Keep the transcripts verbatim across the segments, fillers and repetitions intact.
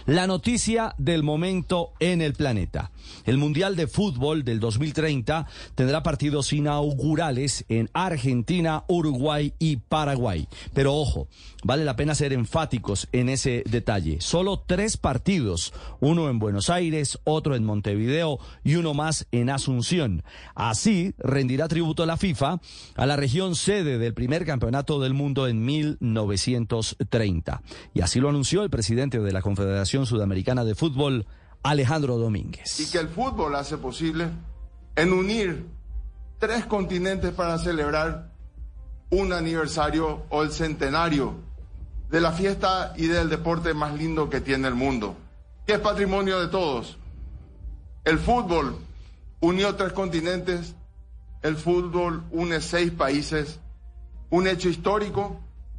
La noticia del momento en el planeta. El Mundial de Fútbol del dos mil treinta tendrá partidos inaugurales en Argentina, Uruguay y Paraguay. Pero ojo, vale la pena ser enfáticos en ese detalle. Solo tres partidos, uno en Buenos Aires, otro en Montevideo y uno más en Asunción. Así rendirá tributo la FIFA a la región sede del primer campeonato del mundo en mil novecientos treinta. Y así lo anunció el presidente de la Confederación Sudamericana de Fútbol, Alejandro Domínguez. Y que el fútbol hace posible en unir tres continentes para celebrar un aniversario o el centenario de la fiesta y del deporte más lindo que tiene el mundo, que es patrimonio de todos. El fútbol unió tres continentes, el fútbol une seis países, un hecho histórico,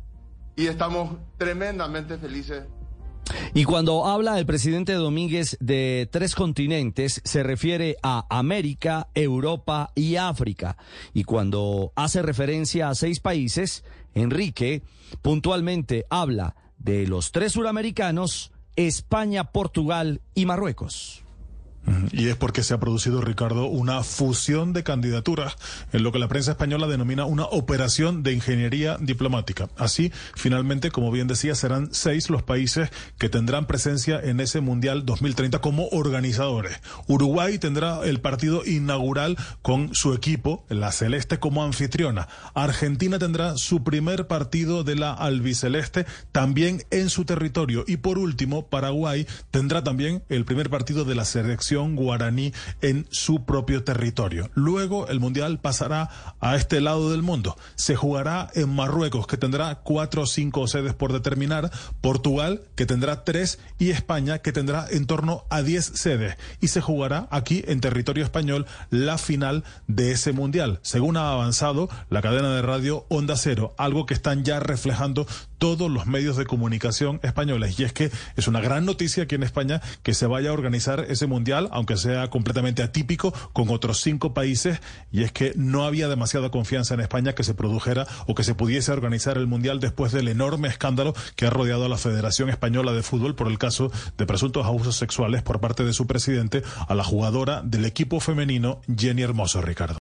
y estamos tremendamente felices. Y cuando habla el presidente Domínguez de tres continentes, se refiere a América, Europa y África. Y cuando hace referencia a seis países, Enrique puntualmente habla de los tres suramericanos, España, Portugal y Marruecos. Y es porque se ha producido, Ricardo, una fusión de candidaturas en lo que la prensa española denomina una operación de ingeniería diplomática. Así, finalmente, como bien decía, serán seis los países que tendrán presencia en ese Mundial dos mil treinta como organizadores. Uruguay tendrá el partido inaugural con su equipo, la Celeste, como anfitriona. Argentina tendrá su primer partido de la albiceleste también en su territorio. Y por último, Paraguay tendrá también el primer partido de la selección guaraní en su propio territorio. Luego el Mundial pasará a este lado del mundo. Se jugará en Marruecos, que tendrá cuatro o cinco sedes por determinar, Portugal, que tendrá tres, y España, que tendrá en torno a diez sedes. Y se jugará aquí en territorio español la final de ese Mundial, según ha avanzado la cadena de radio Onda Cero, algo que están ya reflejando todos los medios de comunicación españoles. Y es que es una gran noticia aquí en España que se vaya a organizar ese Mundial, aunque sea completamente atípico, con otros cinco países, y es que no había demasiada confianza en España que se produjera o que se pudiese organizar el Mundial después del enorme escándalo que ha rodeado a la Federación Española de Fútbol por el caso de presuntos abusos sexuales por parte de su presidente a la jugadora del equipo femenino, Jenny Hermoso, Ricardo.